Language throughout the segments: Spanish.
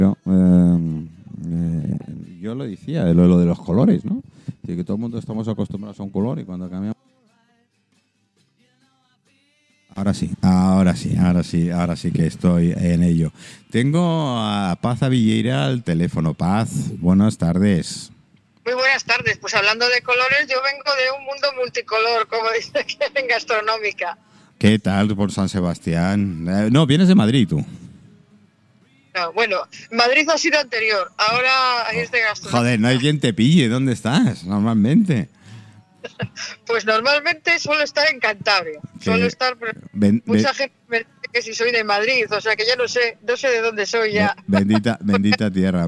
Yo lo decía, lo de los colores, ¿no? Así que todo el mundo estamos acostumbrados a un color y cuando cambiamos... Ahora sí que estoy en ello. Tengo a Paz Avilleira al teléfono. Paz, buenas tardes. Muy buenas tardes. Pues hablando de colores, yo vengo de un mundo multicolor, como dice que en Gastronómica. ¿Qué tal por San Sebastián? No, vienes de Madrid tú. No, bueno, Madrid ha sido anterior, ahora es de Gastronómica. Joder, no hay quien te pille. ¿Dónde estás normalmente? Pues normalmente suelo estar en Cantabria. Suelo estar... mucha gente me dice que si soy de Madrid, o sea que ya no sé de dónde soy ya. Bendita tierra.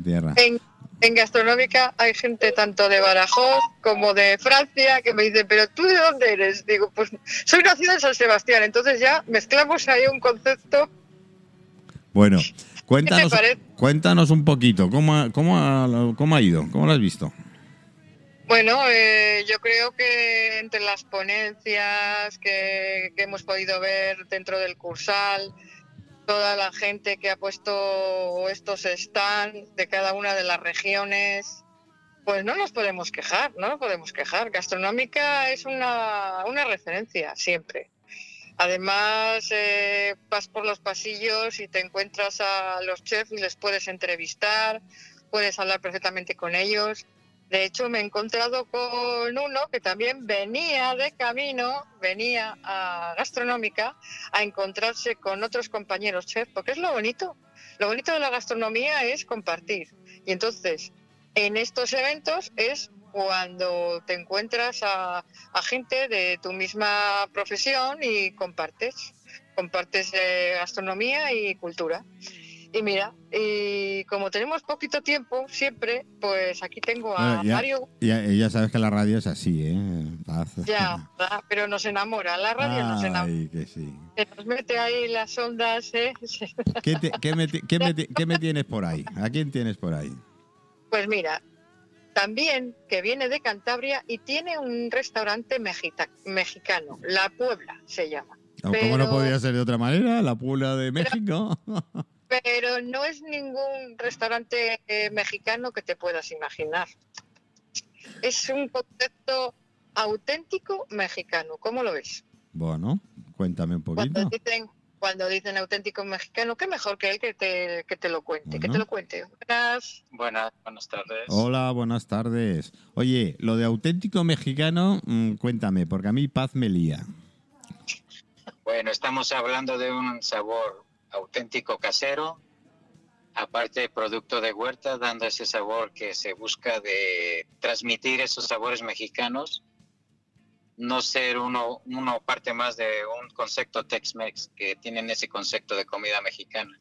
En Gastronómica hay gente tanto de Badajoz como de Francia que me dicen, ¿pero tú de dónde eres? Digo, pues soy nacida en San Sebastián, entonces ya mezclamos ahí un concepto. Bueno, cuéntanos un poquito, ¿cómo ha ido? ¿Cómo lo has visto? Bueno, yo creo que entre las ponencias que hemos podido ver dentro del Cursal, toda la gente que ha puesto estos stands de cada una de las regiones, pues no nos podemos quejar. Gastronómica es una referencia siempre. Además, vas por los pasillos y te encuentras a los chefs y les puedes entrevistar, puedes hablar perfectamente con ellos. De hecho, me he encontrado con uno que también venía de camino, venía a Gastronómica a encontrarse con otros compañeros chefs, porque es lo bonito. Lo bonito de la gastronomía es compartir. Y entonces, en estos eventos es cuando te encuentras a gente de tu misma profesión y compartes gastronomía y cultura. Y mira, y como tenemos poquito tiempo siempre, pues aquí tengo a Mario. Ya sabes que la radio es así, ¿eh? Paz. Ya, pero nos enamora, la radio nos enamora. Ay, que sí. Se nos mete ahí las ondas, ¿eh? ¿Qué me tienes por ahí? ¿A quién tienes por ahí? Pues mira, también que viene de Cantabria y tiene un restaurante mexicano, La Puebla se llama. ¿Cómo no podría ser de otra manera? La Puebla de México. Pero no es ningún restaurante mexicano que te puedas imaginar. Es un concepto auténtico mexicano. ¿Cómo lo ves? Bueno, cuéntame un poquito. Cuando dicen auténtico mexicano, qué mejor que él que te lo cuente. Bueno. Que te lo cuente. Buenas tardes. Hola, buenas tardes. Oye, lo de auténtico mexicano, cuéntame, porque a mí Paz me lía. Bueno, estamos hablando de un sabor auténtico casero, aparte producto de huerta, dando ese sabor que se busca de transmitir esos sabores mexicanos, no ser uno parte más de un concepto Tex-Mex, que tienen ese concepto de comida mexicana.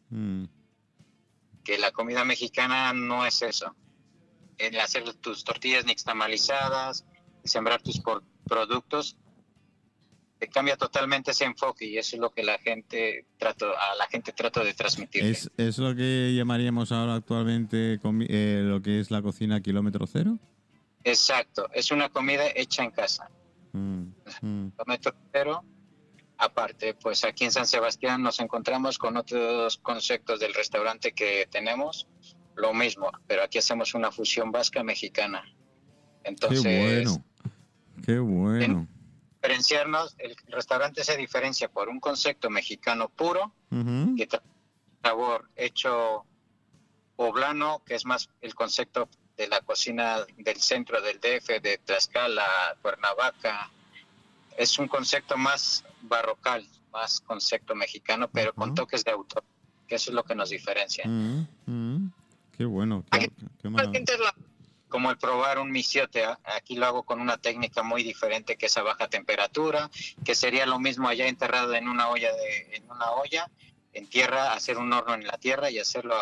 Que la comida mexicana no es eso, el hacer tus tortillas nixtamalizadas, sembrar tus productos, te cambia totalmente ese enfoque y eso es lo que a la gente trato de transmitir. ¿Es lo que llamaríamos ahora actualmente lo que es la cocina kilómetro cero? Exacto, es una comida hecha en casa. Kilómetro cero. Aparte, pues aquí en San Sebastián nos encontramos con otros conceptos del restaurante que tenemos, lo mismo, pero aquí hacemos una fusión vasca mexicana. Entonces, qué bueno. Diferenciarnos, el restaurante se diferencia por un concepto mexicano puro, que trae sabor hecho poblano, que es más el concepto de la cocina del centro del DF, de Tlaxcala, Cuernavaca. Es un concepto más barrocal, más concepto mexicano, pero con toques de autor, que eso es lo que nos diferencia. Qué bueno. Como el probar un misiote, aquí lo hago con una técnica muy diferente, que es a baja temperatura, que sería lo mismo allá enterrado en una olla en tierra, hacer un horno en la tierra y hacerlo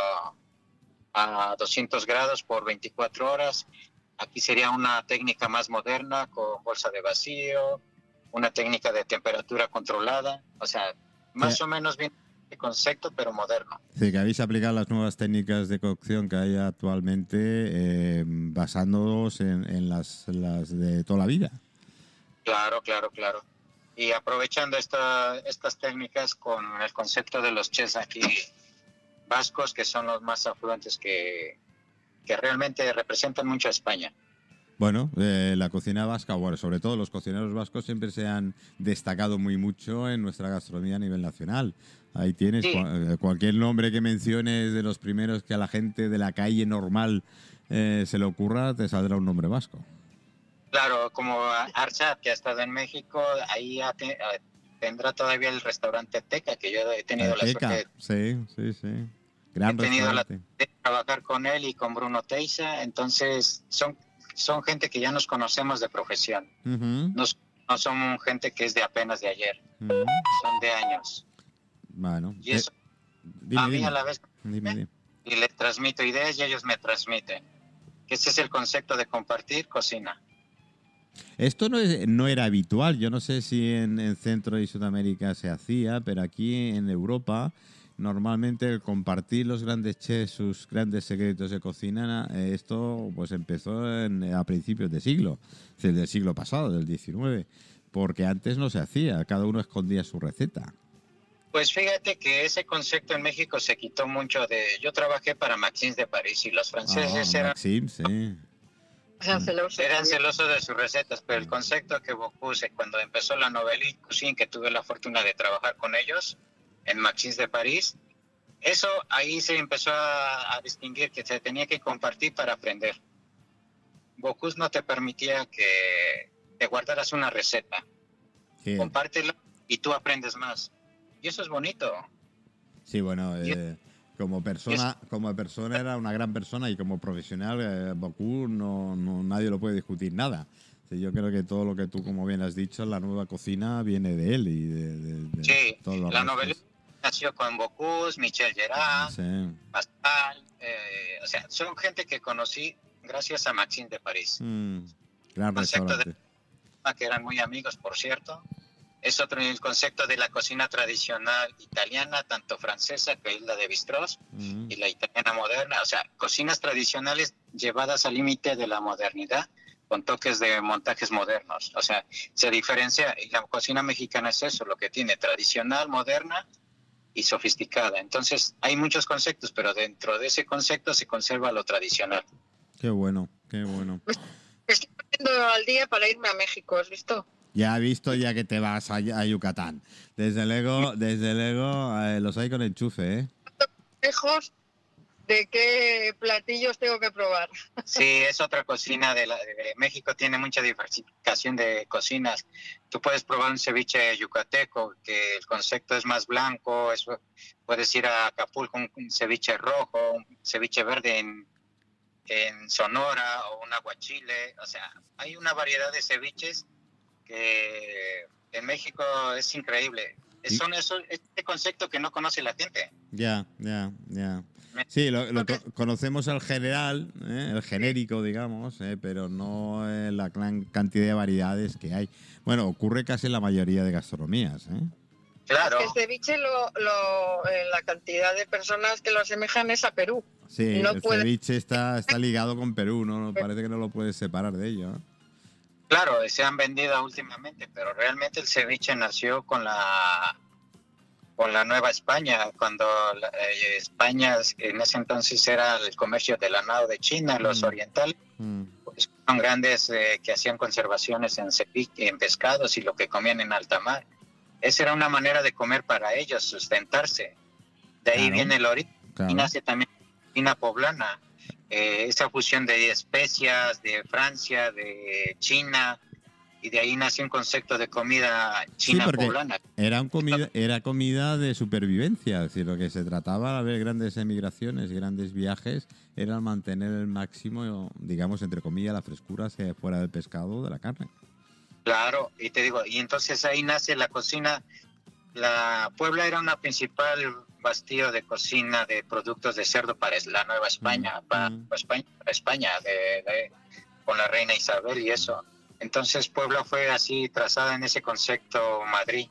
a 200 grados por 24 horas. Aquí sería una técnica más moderna, con bolsa de vacío, una técnica de temperatura controlada, o sea, más o menos bien el concepto, pero moderno. Sí, que habéis aplicado las nuevas técnicas de cocción que hay actualmente, basándoos en las de toda la vida. Claro. Y aprovechando estas técnicas con el concepto de los chefs aquí vascos, que son los más afluentes que realmente representan mucho a España. Bueno, la cocina vasca, bueno, sobre todo los cocineros vascos siempre se han destacado muy mucho en nuestra gastronomía a nivel nacional. Ahí tienes Sí. Cualquier nombre que menciones de los primeros que a la gente de la calle normal se le ocurra, te saldrá un nombre vasco. Claro, como Arshad, que ha estado en México, ahí tendrá todavía el restaurante Teca, que yo he tenido la Teca, suerte. sí. Gran He tenido la restaurante. de trabajar con él y con Bruno Teiza, entonces son gente que ya nos conocemos de profesión. Ujú, No son gente que es de apenas de ayer, ujú. son de años. Bueno, Y eso dime, a mí dime. a la vez, Dime. y les transmito ideas y ellos me transmiten. Ese es el concepto de compartir cocina. Esto no era habitual. Yo no sé si en Centro y Sudamérica se hacía, pero aquí en Europa normalmente el compartir los grandes chefs sus grandes secretos de cocina, esto pues empezó a principios de siglo, es decir, del siglo pasado, del XIX, porque antes no se hacía, cada uno escondía su receta. Pues fíjate que ese concepto en México se quitó mucho de... Yo trabajé para Maxime de París y los franceses Maxim, sí. eran celosos de sus recetas, pero el concepto que Bocuse, cuando empezó la Nouvelle Cuisine, que tuve la fortuna de trabajar con ellos en Maxime de París, eso ahí se empezó a distinguir que se tenía que compartir para aprender. Bocuse no te permitía que te guardaras una receta, Sí, compártela y tú aprendes más. Y eso es bonito. sí, bueno, como persona era una gran persona y como profesional, Bocuse nadie lo puede discutir nada. Sí, yo creo que todo lo que tú, como bien has dicho, la nueva cocina viene de él y de Sí, todos los la restos. novela nació con Bocuse, Michel Gerard, Sí. Pascal, o sea, son gente que conocí gracias a Maxime de París. Gran Concepto restaurante. que eran muy amigos, por cierto. Es otro el concepto de la cocina tradicional italiana, tanto francesa, que es la de Bistros, y la italiana moderna. O sea, cocinas tradicionales llevadas al límite de la modernidad, con toques de montajes modernos. O sea, se diferencia, y la cocina mexicana es eso, lo que tiene, tradicional, moderna y sofisticada. Entonces, hay muchos conceptos, pero dentro de ese concepto se conserva lo tradicional. Qué bueno, qué bueno. Me estoy poniendo al día para irme a México, ¿has visto? Ya he visto ya que te vas a Yucatán. Desde luego, los hay con enchufe, ¿eh? Lejos de qué platillos tengo que probar. Sí, es otra cocina de México, tiene mucha diversificación de cocinas. Tú puedes probar un ceviche yucateco, que el concepto es más blanco, puedes ir a Acapulco, un ceviche rojo, un ceviche verde en Sonora o un aguachile. O sea, hay una variedad de ceviches que en México es increíble. Este concepto que no conoce la gente. Ya. Sí, conocemos el general, el genérico, digamos, pero no la gran cantidad de variedades que hay. Bueno, ocurre casi en la mayoría de gastronomías, ¿eh? Claro. Es que el ceviche, la cantidad de personas que lo asemejan es a Perú. Sí, No el puede- ceviche está ligado con Perú, ¿no? Parece que no lo puedes separar de ello, ¿no? Claro, se han vendido últimamente, pero realmente el ceviche nació con la Nueva España, cuando España en ese entonces era el comercio de la nao de China, los orientales, pues, son grandes que hacían conservaciones en ceviche, en pescados y lo que comían en alta mar. Esa era una manera de comer para ellos, sustentarse. De ahí Claro, viene el origen claro. y nace también la cocina poblana. Esa fusión de especias de Francia, de China, y de ahí nació un concepto de comida china porque poblana. era comida de supervivencia, es decir, lo que se trataba al haber grandes emigraciones, grandes viajes, era mantener el máximo, digamos, entre comillas, la frescura fuera del pescado o de la carne. Claro, y te digo, y entonces ahí nace la cocina. La Puebla era una principal bastío de cocina de productos de cerdo para la Nueva España, para España, con la reina Isabel y eso. Entonces Puebla fue así trazada en ese concepto Madrid.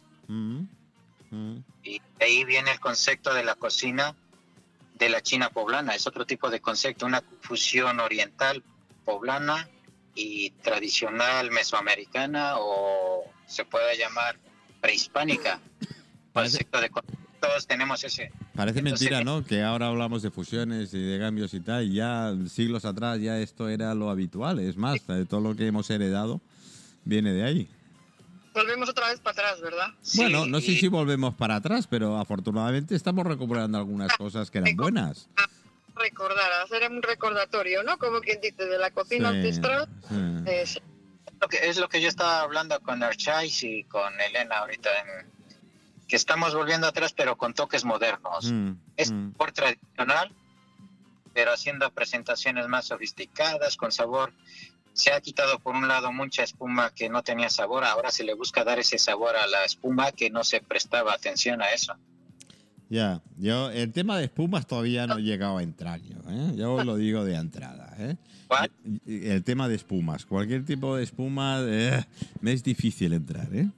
Y de ahí viene el concepto de la cocina de la China poblana. Es otro tipo de concepto, una fusión oriental poblana y tradicional mesoamericana, o se puede llamar prehispánica. Concepto de todos tenemos ese. Parece Entonces, mentira, ¿no? Que ahora hablamos de fusiones y de cambios y tal, y ya siglos atrás ya esto era lo habitual. Es más, todo lo que hemos heredado viene de ahí. Volvemos otra vez para atrás, ¿verdad? Bueno, no sé si volvemos para atrás, pero afortunadamente estamos recuperando algunas cosas que eran buenas. Recordar, hacer un recordatorio, ¿no? Como quien dice, de la cocina ancestral. Sí. Es lo que yo estaba hablando con Archais y con Elena ahorita, que estamos volviendo atrás, pero con toques modernos. Es sabor tradicional, pero haciendo presentaciones más sofisticadas, con sabor. Se ha quitado por un lado mucha espuma que no tenía sabor, ahora se le busca dar ese sabor a la espuma que no se prestaba atención a eso. Ya, yo el tema de espumas todavía no he llegado a entrar yo, ¿eh? Yo os lo digo de entrada, ¿eh? ¿Cuál? El tema de espumas, cualquier tipo de espuma me es difícil entrar, ¿eh?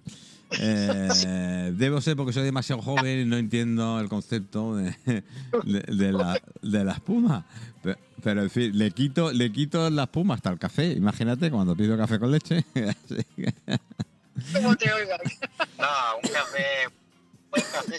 Debo ser porque soy demasiado joven y no entiendo el concepto de la espuma. Pero en fin, le quito la espuma hasta el café. Imagínate cuando pido café con leche. ¿Cómo te oigas? No, un café, buen café.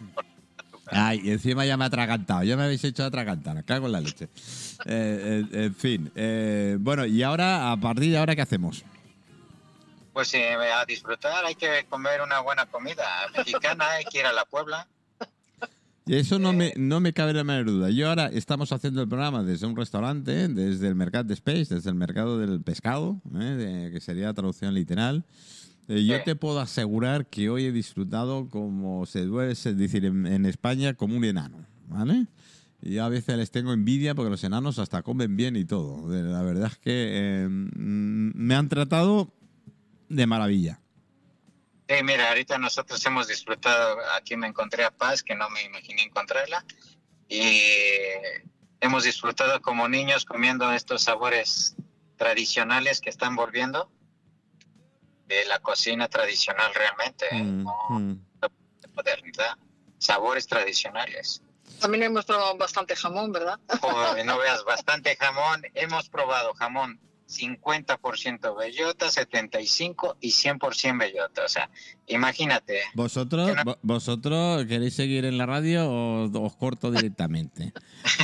Ay, y encima ya me ha atragantado. Ya me habéis hecho atragantar. Me cago en la leche. En fin. Bueno, y ahora, a partir de ahora, ¿qué hacemos? Pues a disfrutar, hay que comer una buena comida mexicana, hay que ir a la Puebla. Y eso no me cabe la menor duda. Yo ahora estamos haciendo el programa desde un restaurante, desde el Mercat de Space, desde el mercado del pescado, que sería traducción literal. Yo te puedo asegurar que hoy he disfrutado como se debe decir en España, como un enano, ¿vale? Y a veces les tengo envidia porque los enanos hasta comen bien y todo. La verdad es que me han tratado de maravilla. Sí, mira, ahorita nosotros hemos disfrutado, aquí me encontré a Paz, que no me imaginé encontrarla, y hemos disfrutado como niños comiendo estos sabores tradicionales que están volviendo de la cocina tradicional realmente, no de modernidad, sabores tradicionales. También hemos probado bastante jamón, ¿verdad? Joder, no veas, bastante jamón, hemos probado jamón 50% bellota, 75% y 100% bellota. O sea, imagínate. ¿Vosotros queréis seguir en la radio o os corto directamente?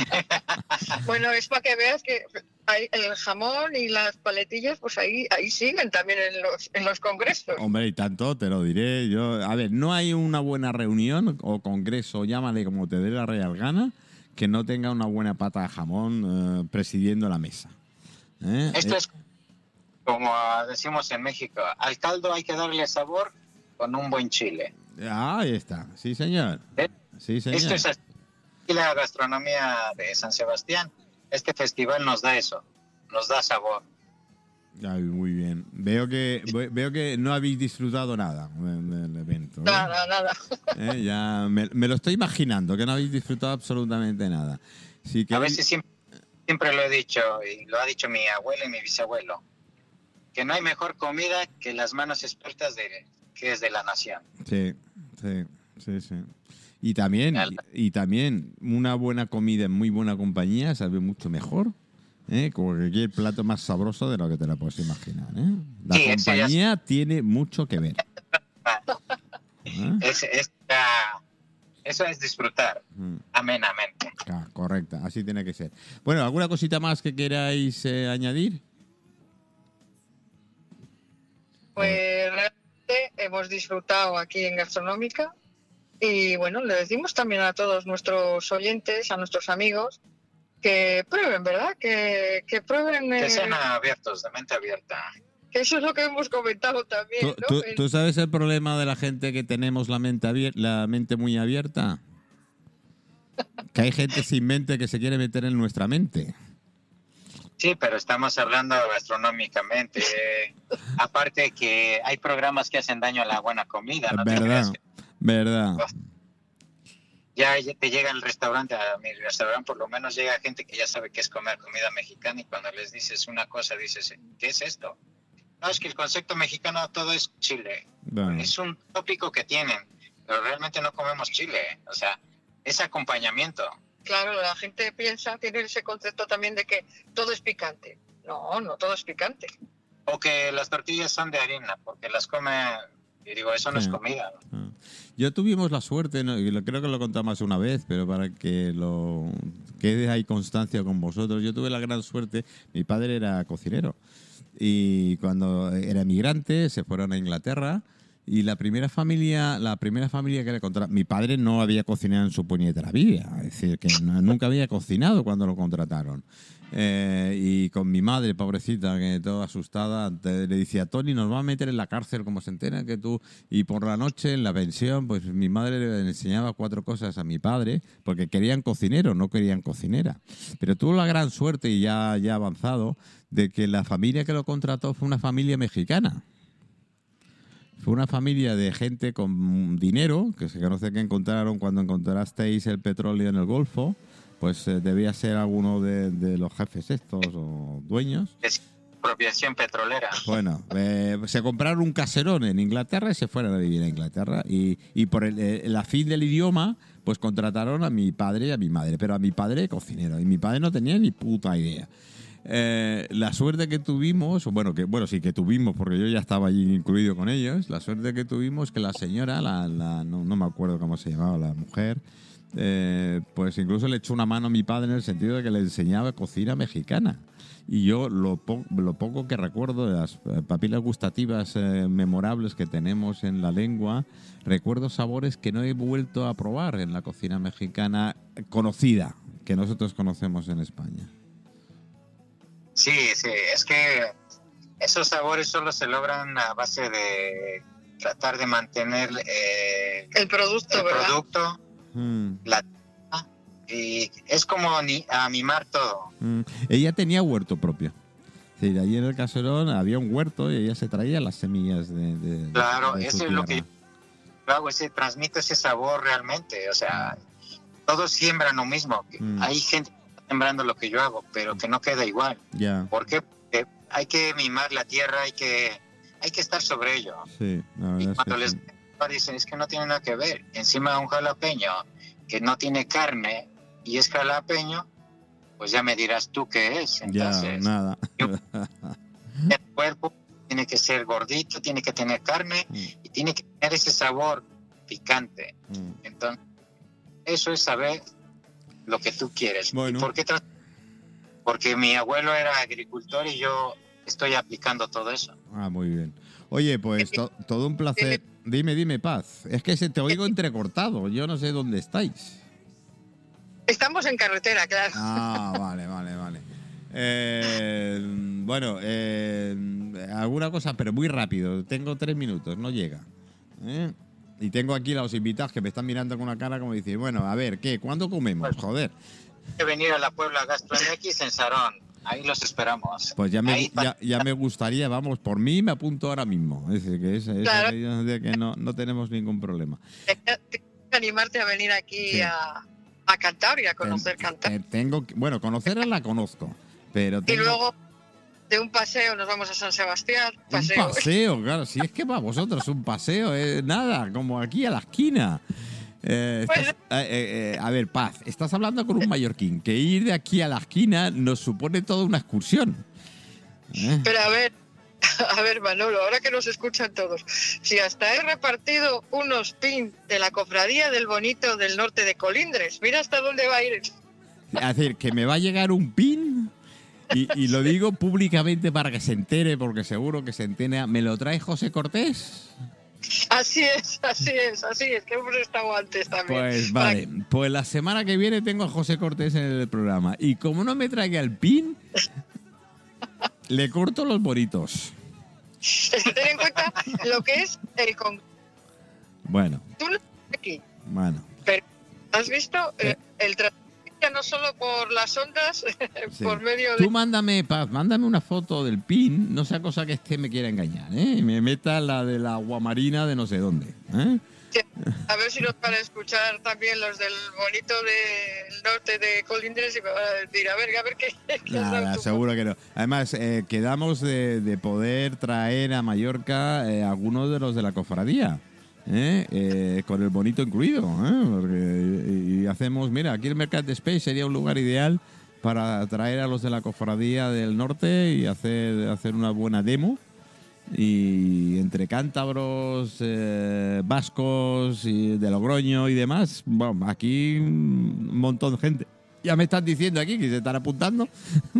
Bueno, es para que veas que el jamón y las paletillas, pues ahí siguen también en los congresos. Hombre, y tanto, te lo diré yo. A ver, no hay una buena reunión o congreso, llámale como te dé la real gana, que no tenga una buena pata de jamón presidiendo la mesa. Esto es como decimos en México, al caldo hay que darle sabor con un buen chile. Ahí está, sí señor. Sí, señor. Esto es así, la gastronomía de San Sebastián. Este festival nos da eso, nos da sabor. Ay, muy bien. Veo que no habéis disfrutado nada del evento. Nada. Ya me lo estoy imaginando, que no habéis disfrutado absolutamente nada. Sí que a veces siempre lo he dicho, y lo ha dicho mi abuelo y mi bisabuelo, que no hay mejor comida que las manos expertas que es de la nación. Sí. Y también una buena comida en muy buena compañía sabe mucho mejor, como que aquí el plato más sabroso de lo que te la puedes imaginar. La compañía tiene mucho que ver. Eso es disfrutar amenamente. Correcto, así tiene que ser. Bueno, ¿alguna cosita más que queráis añadir? Pues realmente hemos disfrutado aquí en Gastronómica y bueno, le decimos también a todos nuestros oyentes, a nuestros amigos, que prueben, ¿verdad? Que prueben. Que sean abiertos, de mente abierta. Que eso es lo que hemos comentado también, ¿no? ¿Tú sabes el problema de la gente que tenemos la mente muy abierta? Que hay gente sin mente que se quiere meter en nuestra mente. Sí, pero estamos hablando gastronómicamente. Aparte que hay programas que hacen daño a la buena comida. ¿No? Verdad. Ya te llega al restaurante, a mi restaurante por lo menos llega gente que ya sabe qué es comer comida mexicana y cuando les dices una cosa dices, ¿qué es esto? No, es que el concepto mexicano todo es chile. Bueno. Es un tópico que tienen, pero realmente no comemos chile. O sea, es acompañamiento. Claro, la gente tiene ese concepto también de que todo es picante. No todo es picante. O que las tortillas son de harina, porque las come Y digo, eso no es comida. Ah. Yo tuvimos la suerte, ¿no? Y creo que lo contamos más una vez, pero para que lo quede ahí constancia con vosotros, yo tuve la gran suerte, mi padre era cocinero y cuando era emigrante se fueron a Inglaterra y la primera familia que le contrataron, mi padre no había cocinado en su puñetera vida, es decir, que nunca había cocinado cuando lo contrataron. Y con mi madre, pobrecita, que toda asustada, le decía, Tony, nos va a meter en la cárcel como se entera que tú... Y por la noche, en la pensión, pues mi madre le enseñaba 4 cosas a mi padre, porque querían cocinero, no querían cocinera. Pero tuvo la gran suerte, y ya avanzado, de que la familia que lo contrató fue una familia mexicana. Fue una familia de gente con dinero, que se conoce que encontraron cuando encontrasteis el petróleo en el Golfo. Pues debía ser alguno de los jefes estos o dueños. Expropiación petrolera. Bueno, se compraron un caserón en Inglaterra y se fueron a vivir a Inglaterra. Y por el afín del idioma, pues contrataron a mi padre y a mi madre. Pero a mi padre cocinero. Y mi padre no tenía ni puta idea. La suerte que tuvimos, sí que tuvimos, porque yo ya estaba allí incluido con ellos. La suerte que tuvimos que la señora, no me acuerdo cómo se llamaba la mujer, pues incluso le echó una mano a mi padre en el sentido de que le enseñaba cocina mexicana. Y yo lo poco que recuerdo de las papilas gustativas memorables que tenemos en la lengua, recuerdo sabores que no he vuelto a probar en la cocina mexicana conocida, que nosotros conocemos en España. Sí, es que esos sabores solo se logran a base de tratar de mantener el producto, y es como a mimar todo. Ella tenía huerto propio. Sí, allí en el caserón había un huerto y ella se traía las semillas de claro, de eso es lo que yo hago, transmito ese sabor realmente. O sea, todos siembran lo mismo. Hay gente sembrando lo que yo hago, pero que no queda igual. ¿Por qué? Porque hay que mimar la tierra, hay que estar sobre ello. Sí, la verdad y cuando es que les dicen, es que no tiene nada que ver. Encima un jalapeño que no tiene carne y es jalapeño, pues ya me dirás tú qué es. Entonces, nada. El cuerpo tiene que ser gordito, tiene que tener carne y tiene que tener ese sabor picante. Entonces, eso es saber lo que tú quieres. Bueno. ¿Y por qué? Porque mi abuelo era agricultor y yo estoy aplicando todo eso. Muy bien. Oye, pues todo un placer. Dime, Paz. Es que te oigo entrecortado. Yo no sé dónde estáis. Estamos en carretera, claro. Vale. Alguna cosa, pero muy rápido. Tengo 3 minutos, no llega. Y tengo aquí a los invitados que me están mirando con una cara como decir, bueno, a ver, ¿qué? ¿Cuándo comemos? Joder. Hay que venir a la Puebla Gastro MX en Sarón. Ahí los esperamos. Pues ya me gustaría, vamos, por mí me apunto ahora mismo. Es decir, claro. De que no tenemos ningún problema. Tienes que animarte a venir aquí sí. a cantar y a conocer cantar. Conocerla la conozco, pero Y luego de un paseo nos vamos a San Sebastián. Un paseo, claro. Si es que para vosotros un paseo es nada, como aquí a la esquina. A ver, Paz, estás hablando con un mallorquín, que ir de aquí a la esquina nos supone toda una excursión. Pero a ver, Manolo, ahora que nos escuchan todos, si hasta he repartido unos pins de la cofradía del Bonito del Norte de Colindres, mira hasta dónde va a ir. Es decir, que me va a llegar un pin y lo digo públicamente para que se entere, porque seguro que se entera. ¿Me lo trae José Cortés? Así es, que hemos estado antes también. Pues vale, pues la semana que viene tengo a José Cortés en el programa y como no me traiga el pin, le corto los bonitos. Es que ten en cuenta lo que es el Congreso. Bueno. Tú no estás aquí. Bueno. Pero ¿has visto el transporte no solo por las ondas, sí. por medio de... Tú mándame una foto del pin, no sea cosa que me quiera engañar, y me meta la de la aguamarina de no sé dónde, Sí, a ver si nos van a escuchar también los del Bonito del Norte de Colindres y me van a decir, a ver qué nada, seguro que no. Además, quedamos de poder traer a Mallorca algunos de los de la cofradía. Con el Bonito incluido, y hacemos, mira, aquí el Mercat de Space sería un lugar ideal para traer a los de la cofradía del norte y hacer una buena demo Y entre cántabros, vascos, y de Logroño y demás, bueno, aquí un montón de gente. Ya me están diciendo aquí que se están apuntando.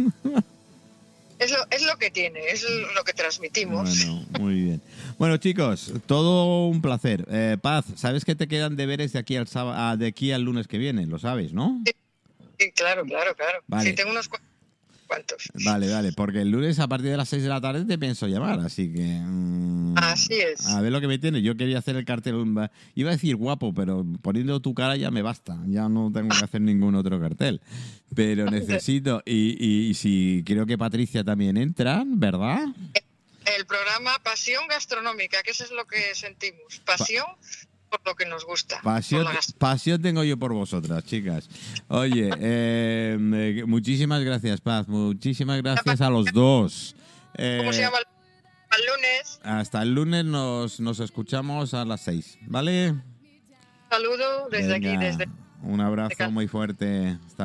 Es lo que tiene, es lo que transmitimos. Bueno, muy bien. Bueno, chicos, todo un placer. Paz, ¿sabes que te quedan deberes de aquí al sábado, de aquí al lunes que viene? Lo sabes, ¿no? Sí, claro. Vale. Sí, tengo unos cuantos. Vale, porque el lunes a partir de las 6 de la tarde te pienso llamar, así que... Así es. A ver lo que me tiene. Yo quería hacer el cartel, iba a decir guapo, pero poniendo tu cara ya me basta. Ya no tengo que hacer ningún otro cartel. Pero necesito... Y si creo que Patricia también entra, ¿verdad? El programa Pasión Gastronómica, que eso es lo que sentimos. Pasión por lo que nos gusta. Pasión tengo yo por vosotras, chicas. Oye, muchísimas gracias, Paz. Muchísimas gracias a los dos. ¿Cómo se llama? Al lunes. Hasta el lunes nos escuchamos a las 6, ¿vale? Un saludo desde Venga, aquí, desde... un abrazo muy fuerte. Hasta